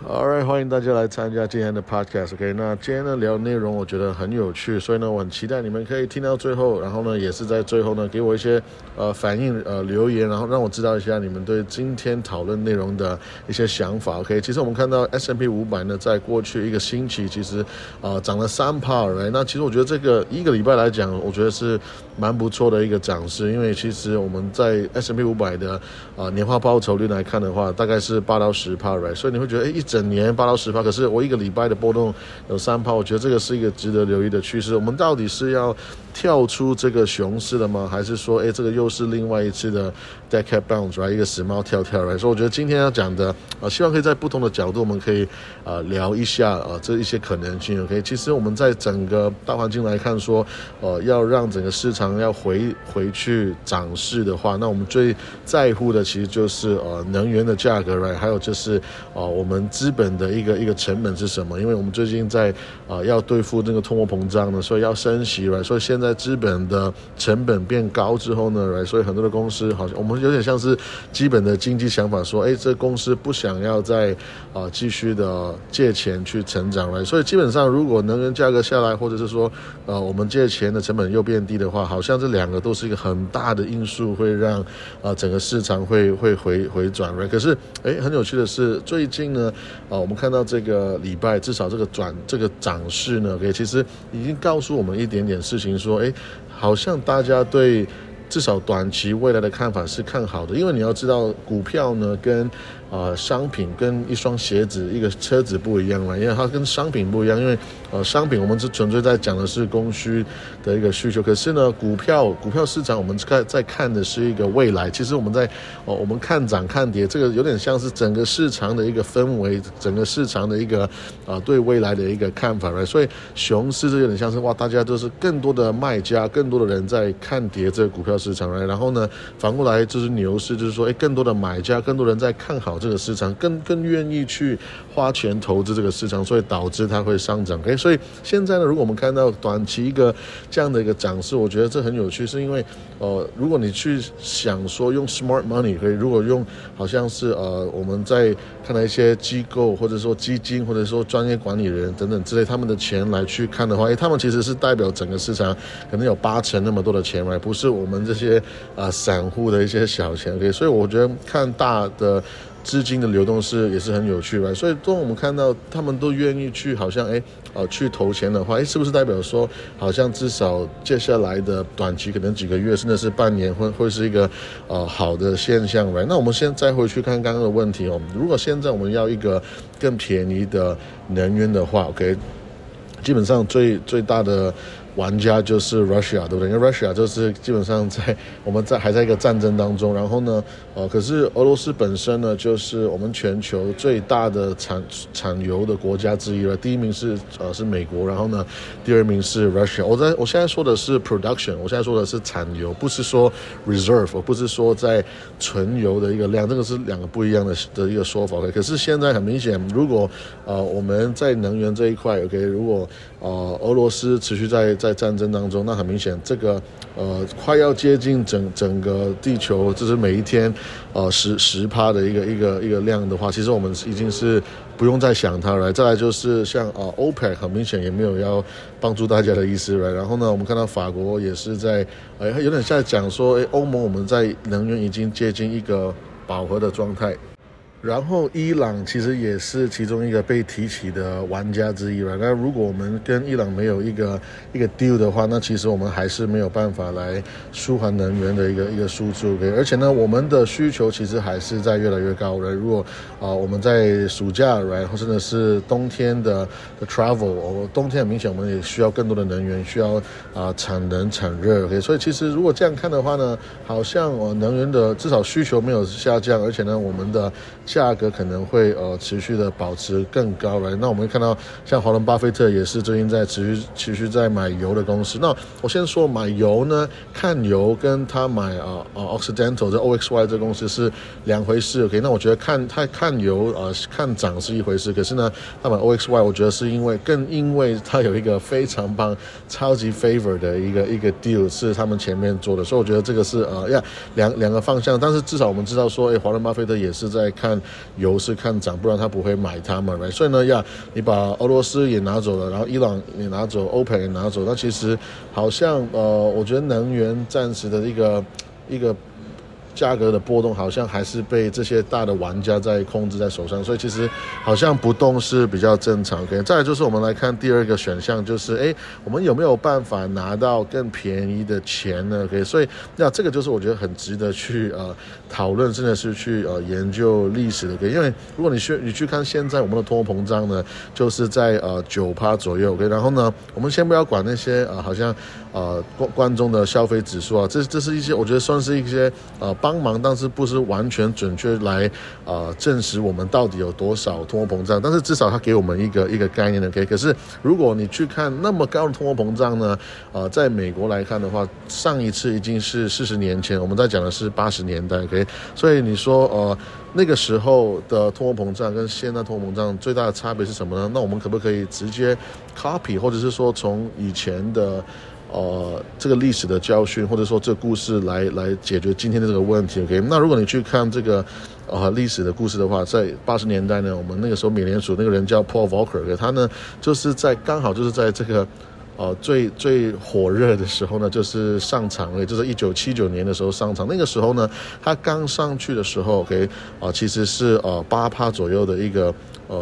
Alright， 欢迎大家来参加今天的 podcast。OK， 那今天的聊内容我觉得很有趣，所以呢，我很期待你们可以听到最后，然后呢，也是在最后呢，给我一些反应留言，然后让我知道一下你们对今天讨论内容的一些想法。OK， 其实我们看到 S&P 500呢，在过去一个星期其实涨了3%，right？ 那其实我觉得这个一个礼拜来讲，我觉得是蛮不错的一个涨势，因为其实我们在 S&P 500的年化报酬率来看的话，大概是8到10%，right？ 所以你会觉得一整年8到10%，可是我一个礼拜的波动有3%，我觉得这个是一个值得留意的趋势。我们到底是要跳出这个熊市了吗？还是说，这个又是另外一次的 dead cat bounce，right？ 一个死猫跳跳，right？ 所以我觉得今天要讲的希望可以在不同的角度，我们可以聊一下这一些可能性。OK， 其实我们在整个大环境来看说，要让整个市场要回去涨势的话，那我们最在乎的其实就是能源的价格 ，right？ 还有就是我们资本的一个成本是什么？因为我们最近在要对付这个通货膨胀呢，所以要升息 ，right？ 所以现在资本的成本变高之后呢 ，right？ 所以很多的公司好像我们有点像是基本的经济想法说，这公司不想要再继续的借钱去成长 ，right？ 所以基本上如果能源价格下来，或者是说我们借钱的成本又变低的话，好像这两个都是一个很大的因素，会让整个市场会回转 ，right？ 可是很有趣的是，最近呢我们看到这个礼拜至少这个涨势呢，OK， 其实已经告诉我们一点点事情说，好像大家对至少短期未来的看法是看好的，因为你要知道股票呢跟商品跟一双鞋子一个车子不一样嘛，因为它跟商品不一样，因为商品我们是纯粹在讲的是供需的一个需求，可是呢股票市场我们在看的是一个未来。其实我们在我们看涨看跌，这个有点像是整个市场的一个氛围，整个市场的一个对未来的一个看法，所以熊市就有点像是大家都是更多的卖家，更多的人在看跌这个股票市场，然后呢反过来就是牛市，就是说更多的买家，更多人在看好这个市场，更愿意去花钱投资这个市场，所以导致它会上涨。所以现在呢，如果我们看到短期一个这样的一个涨势，我觉得这很有趣，是因为如果你去想说用 smart money， 如果用好像是我们在看到一些机构或者说基金或者说专业管理人等等之类他们的钱来去看的话，他们其实是代表整个市场可能有80%那么多的钱，不是我们这些散户的一些小钱。所以我觉得看大的资金的流动也是很有趣吧，所以当我们看到他们都愿意去好像去投钱的话，是不是代表说好像至少接下来的短期可能几个月甚至是半年会是一个好的现象 right？ 那我们现在再回去看刚刚的问题如果现在我们要一个更便宜的能源的话 OK， 基本上最大的玩家就是 Russia， 对不对？因为 Russia 就是基本上我们还在一个战争当中，然后呢可是俄罗斯本身呢就是我们全球最大的产油的国家之一了。第一名是美国，然后呢第二名是 Russia。我现在说的是 production， 我现在说的是产油，不是说 reserve， 我不是说在存油的一个量，这个是两个不一样的一个说法。可是现在很明显，如果我们在能源这一块 OK， 如果俄罗斯持续在战争当中，那很明显这个快要接近整个地球，就是每一天10%的一个量的话，其实我们已经是不用再想它了。再来就是像OPEC 很明显也没有要帮助大家的意思了。然后呢我们看到法国也是在有点在讲说欧盟我们在能源已经接近一个饱和的状态。然后伊朗其实也是其中一个被提起的玩家之一吧。那如果我们跟伊朗没有一个 deal 的话，那其实我们还是没有办法来舒缓能源的一个输出。而且呢，我们的需求其实还是在越来越高。如果我们在暑假或甚至是冬天的 travel， 冬天很明显我们也需要更多的能源，需要产能产热。所以其实如果这样看的话呢，好像能源的至少需求没有下降，而且呢我们的价格可能会持续的保持更高。那我们会看到像华伦巴菲特也是最近在持续在买油的公司。那我先说买油呢，看油跟他买Occidental 这 OXY 这公司是两回事。 OK， 那我觉得看油看涨是一回事，可是呢他买 OXY 我觉得是因为他有一个非常棒超级 favor 的一个 deal 是他们前面做的，所以我觉得这个是两个方向。但是至少我们知道说华伦巴菲特也是在看油是看涨，不然他不会买它嘛 right？ 所以呢你把俄罗斯也拿走了，然后伊朗也拿走，欧佩也拿走，那其实好像我觉得能源暂时的一个价格的波动好像还是被这些大的玩家在控制在手上，所以其实好像不动是比较正常。OK， 再来就是我们来看第二个选项，就是我们有没有办法拿到更便宜的钱呢 ？OK， 所以那这个就是我觉得很值得去讨论，甚至是去研究历史的。OK， 因为如果你去看现在我们的通货膨胀呢，就是在9% 左右。OK， 然后呢，我们先不要管那些好像观众的消费指数啊，这是一些我觉得算是一些帮忙，但是不是完全准确来证实我们到底有多少通货膨胀，但是至少它给我们一个概念的。OK， 可是如果你去看那么高的通货膨胀呢，在美国来看的话，上一次已经是40年前，我们在讲的是80年代。OK， 所以你说那个时候的通货膨胀跟现在通货膨胀最大的差别是什么呢？那我们可不可以直接 copy， 或者是说从以前的这个历史的教训，或者说这个故事来解决今天的这个问题。 OK， 那如果你去看这个历史的故事的话，在80年代呢，我们那个时候美联储那个人叫 Paul Volcker， 他呢就是刚好就是在这个最火热的时候呢，就是上场了，就是1979年的时候上场。那个时候呢，他刚上去的时候 ，OK， 其实是8% 左右的一个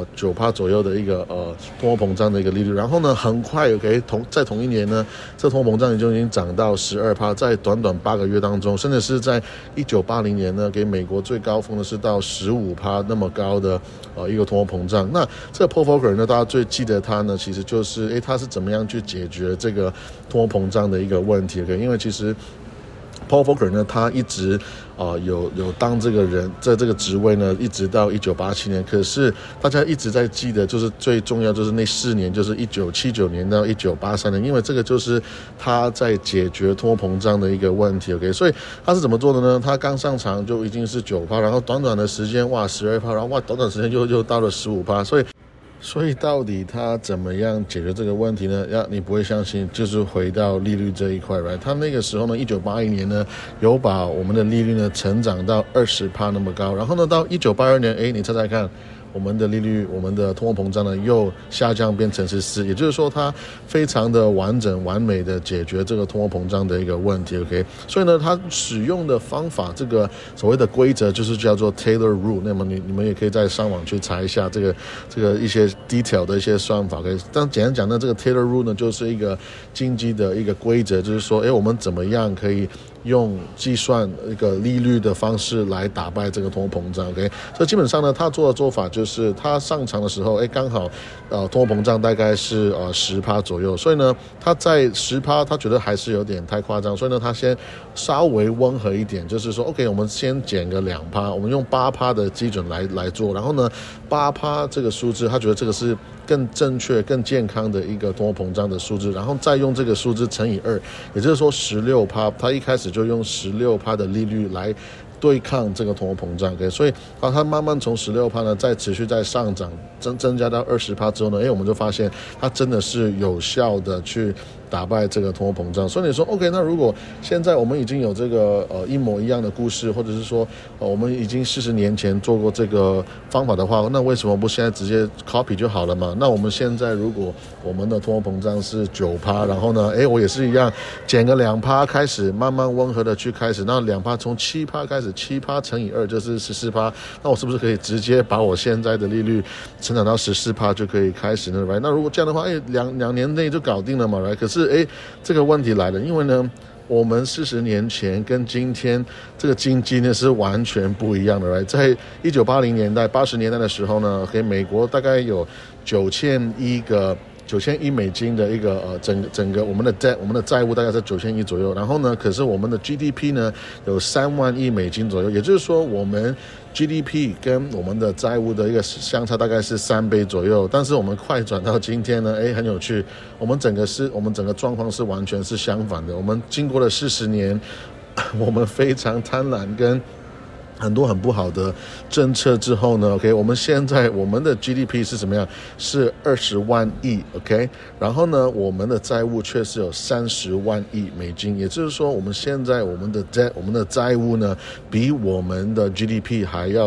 9% 左右的一个通货膨胀的一个利率。然后呢，很快 OK， 在同一年呢，这通货膨胀就已经涨到12%，在短短8个月当中，甚至是在1980年呢，给美国最高峰的是到15%那么高的一个通货膨胀。那这个 Paul Volcker 呢，大家最记得他呢，其实就是他是怎么样去解决这个通货膨胀的一个问题。OK， 因为其实Paul Volcker 呢，他一直有当这个人在这个职位呢，一直到1987年。可是大家一直在记得，就是最重要就是那4年，就是1979年到1983年，因为这个就是他在解决通货膨胀的一个问题。OK， 所以他是怎么做的呢？他刚上场就已经是9%，然后短短的时间12%，然后短短时间又到了15%，所以到底他怎么样解决这个问题呢？你不会相信，就是回到利率这一块 right？ 他那个时候呢，1981年呢，有把我们的利率呢成长到20%那么高，然后呢到1982年，你猜猜看，我们的利率，我们的通货膨胀呢又下降变成是4%，也就是说它非常的完整完美的解决这个通货膨胀的一个问题。 OK， 所以呢它使用的方法，这个所谓的规则就是叫做 Taylor Rule。 那么你们也可以在上网去查一下这个一些 detail 的一些算法。 OK， 但简单讲呢，这个 Taylor Rule 呢就是一个经济的一个规则，就是说我们怎么样可以用计算一个利率的方式来打败这个通货膨胀。 OK， 所以基本上呢他做的做法就是他上场的时候刚好通货膨胀大概是10% 左右，所以呢他在10%他觉得还是有点太夸张，所以呢他先稍微温和一点，就是说 OK 我们先减个2%，我们用8%的基准来做，然后呢8%这个数字他觉得这个是更正确更健康的一个通货膨胀的数字，然后再用这个数字乘以2，也就是说16%，他一开始就用16%的利率来对抗这个通货膨胀。 OK， 所以它慢慢从16%呢再持续在上涨，增加到20%之后呢，我们就发现它真的是有效的去打败这个通货膨胀。所以你说 OK， 那如果现在我们已经有这个一模一样的故事，或者是说我们已经40年前做过这个方法的话，那为什么不现在直接 copy 就好了嘛？那我们现在如果我们的通货膨胀是9%，然后呢我也是一样减个2%开始慢慢温和的去开始，那2%从7%开始，7%乘以2就是14%，那我是不是可以直接把我现在的利率成长到14%就可以开始呢 right？ 那如果这样的话两年内就搞定了嘛 right？ 可是这个问题来了，因为呢我们40年前跟今天这个经济呢是完全不一样的 right？ 在1980年代80年代的时候呢美国大概有9000亿美金的一个整个我们的 debt， 我们的债务大概是9000亿左右，然后呢可是我们的 GDP 呢有3万亿美金左右，也就是说我们 GDP 跟我们的债务的一个相差大概是3倍左右。但是我们快转到今天呢很有趣，我们整个状况是完全是相反的。我们经过了40年，我们非常贪婪跟很多很不好的政策之后呢 OK， 我们现在我们的 GDP 是怎么样？是20万亿 OK， 然后呢我们的债务却是有30万亿美金，也就是说我们现在我们的 debt， 我们的债务呢比我们的 GDP 还要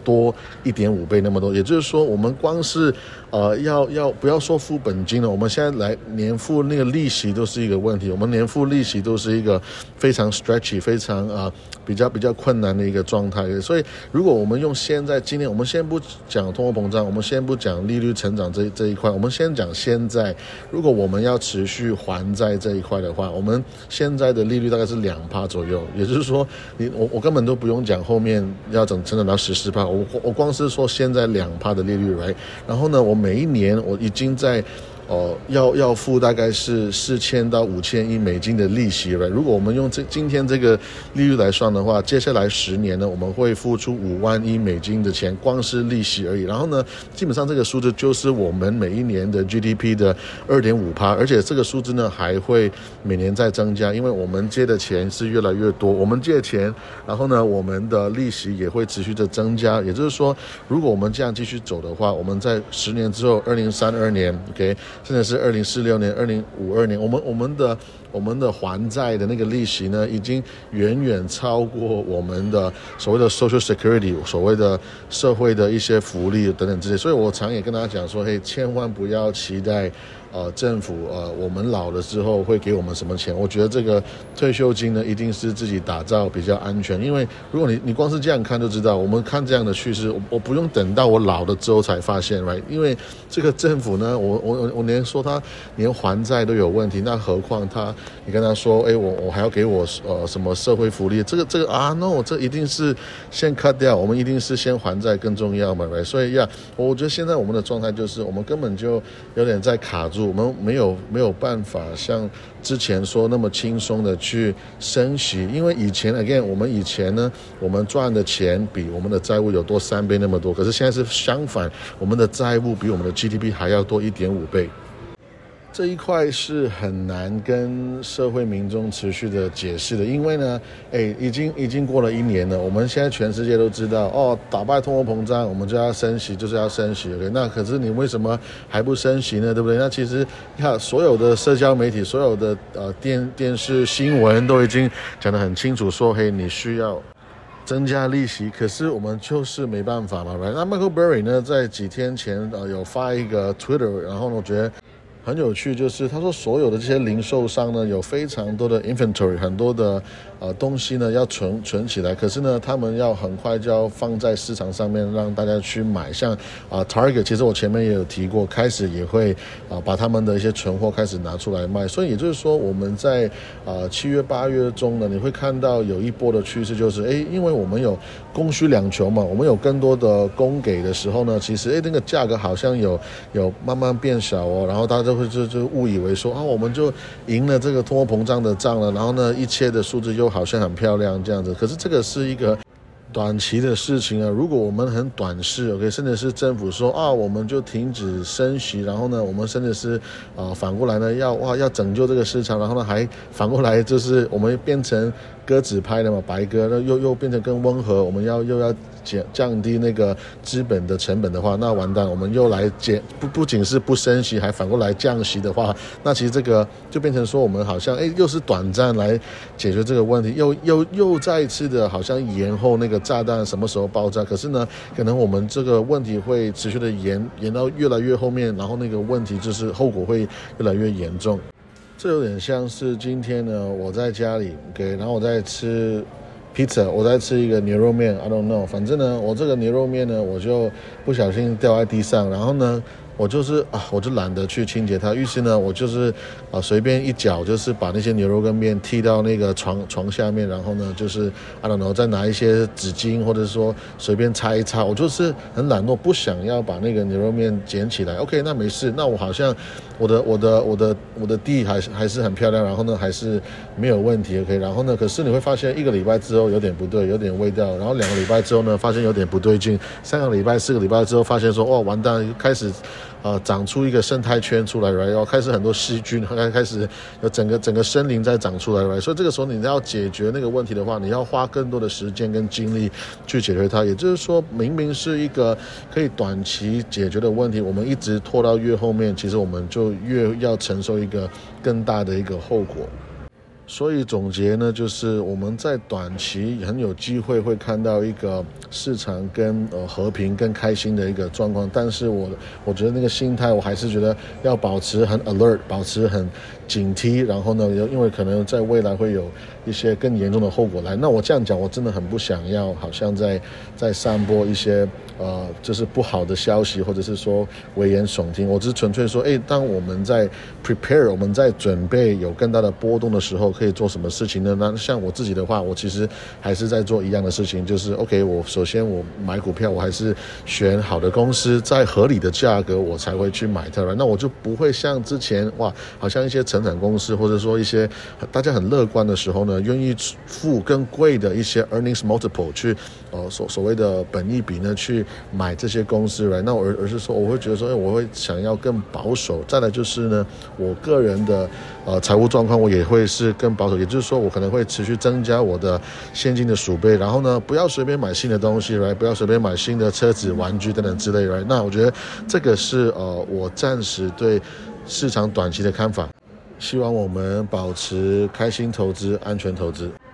多1.5倍那么多。也就是说，我们光是要不要说付本金了，我们现在来年付那个利息都是一个问题，我们年付利息都是一个非常 stretchy 非常比较困难的一个状态。所以如果我们用今天我们先不讲通货膨胀，我们先不讲利率成长这一块，我们先讲现在，如果我们要持续还债这一块的话，我们现在的利率大概是2%左右，也就是说我根本都不用讲后面要成长到14%，我光是说现在2%的利率 right， 然后呢我每一年我已经在要付大概是4000到5000亿美金的利息 right？ 如果我们用今天这个利率来算的话，接下来10年呢我们会付出5万亿美金的钱，光是利息而已。然后呢基本上这个数字就是我们每一年的 GDP 的 2.5%， 而且这个数字呢还会每年在增加，因为我们借的钱是越来越多，我们借钱，然后呢我们的利息也会持续的增加。也就是说，如果我们这样继续走的话，我们在10年之后2032年 OK，甚至是2046年2052年，我们的还债的那个利息呢，已经远远超过我们的所谓的 social security， 所谓的社会的一些福利等等这些。所以我常也跟大家讲说，嘿，千万不要期待政府我们老了之后会给我们什么钱。我觉得这个退休金呢，一定是自己打造比较安全。因为如果你光是这样看就知道，我们看这样的趋势，我不用等到我老了之后才发现 right？ 因为这个政府呢，我连说他连还债都有问题，那何况你跟他说，我还要给我什么社会福利？这个no， 这一定是先 cut 掉，我们一定是先还债更重要嘛 right？ 所以我觉得现在我们的状态就是我们根本就有点在卡住。我们没有办法像之前说那么轻松的去升息，因为我们以前呢，我们赚的钱比我们的债务有多3倍那么多，可是现在是相反，我们的债务比我们的 GDP 还要多1.5倍。这一块是很难跟社会民众持续的解释的，因为呢，已经过了1年了，我们现在全世界都知道，打败通货膨胀，我们就要升息，就是要升息。OK， 那可是你为什么还不升息呢？对不对？那其实你看，所有的社交媒体，所有的电视新闻都已经讲得很清楚，说，嘿，你需要增加利息，可是我们就是没办法嘛。Right？ 那 Michael Burry 呢，在几天前有发一个 Twitter， 然后呢，我觉得很有趣，就是他说所有的这些零售商呢，有非常多的 inventory， 很多的东西呢要存起来，可是呢他们要很快就要放在市场上面让大家去买。像Target， 其实我前面也有提过，开始也会把他们的一些存货开始拿出来卖。所以也就是说，我们在7月8月中呢，你会看到有一波的趋势，就是因为我们有供需两穷嘛，我们有更多的供给的时候呢，其实那个价格好像有慢慢变小然后大家就误以为说我们就赢了这个通货膨胀的仗了，然后呢一切的数字又好像很漂亮这样子。可是这个是一个短期的事情啊，如果我们很短视 OK， 甚至是政府说我们就停止升息，然后呢我们甚至是反过来呢要拯救这个市场，然后呢还反过来就是我们变成鸽子拍的嘛，白鸽，那又变成更温和，我们又要降低那个资本的成本的话，那完蛋，我们又来不仅是不升息，还反过来降息的话，那其实这个就变成说我们好像又是短暂来解决这个问题，又再一次的好像延后那个炸弹什么时候爆炸。可是呢，可能我们这个问题会持续的延到越来越后面，然后那个问题就是后果会越来越严重。这有点像是今天呢，我在家里然后我在吃pizza， 我在吃一个牛肉面 I don't know， 反正呢我这个牛肉面呢我就不小心掉在地上，然后呢我就懒得去清洁它，于是呢我就是随便一脚就是把那些牛肉跟面踢到那个床下面，然后呢就是 I don't know 再拿一些纸巾或者说随便擦一擦，我就是很懒惰，不想要把那个牛肉面捡起来。 OK， 那没事，那我好像我的地还是很漂亮，然后呢还是没有问题 OK， 然后呢可是你会发现1个礼拜之后有点不对，有点味道，然后2个礼拜之后呢发现有点不对劲，3个礼拜4个礼拜之后发现说完蛋，开始长出一个生态圈出来 right， 开始很多细菌，开始有整个森林在长出来 right， 所以这个时候你要解决那个问题的话，你要花更多的时间跟精力去解决它。也就是说，明明是一个可以短期解决的问题，我们一直拖到越后面，其实我们就越要承受一个更大的一个后果。 所以总结呢，就是我们在短期很有机会会看到一个市场跟和平跟开心的一个状况，但是我觉得那个心态我还是觉得要保持很 alert， 保持很警惕，然后呢，因为可能在未来会有一些更严重的后果来。那我这样讲，我真的很不想要好像在散播一些就是不好的消息，或者是说危言耸听。我只是纯粹说，当我们在 prepare， 我们在准备有更大的波动的时候，可以做什么事情呢？那像我自己的话，我其实还是在做一样的事情，就是 OK， 首先我买股票，我还是选好的公司，在合理的价格我才会去买它。那我就不会像之前好像一些成长公司，或者说一些大家很乐观的时候呢，愿意付更贵的一些 earnings multiple 去所谓的本益比呢去买这些公司来。那而是说我会觉得说，我会想要更保守。再来就是呢，我个人的财务状况我也会是更保守，也就是说我可能会持续增加我的现金的储备，然后呢不要随便买新的东西，不要随便买新的车子、玩具等等之类。那我觉得这个是我暂时对市场短期的看法。希望我们保持开心投资、安全投资。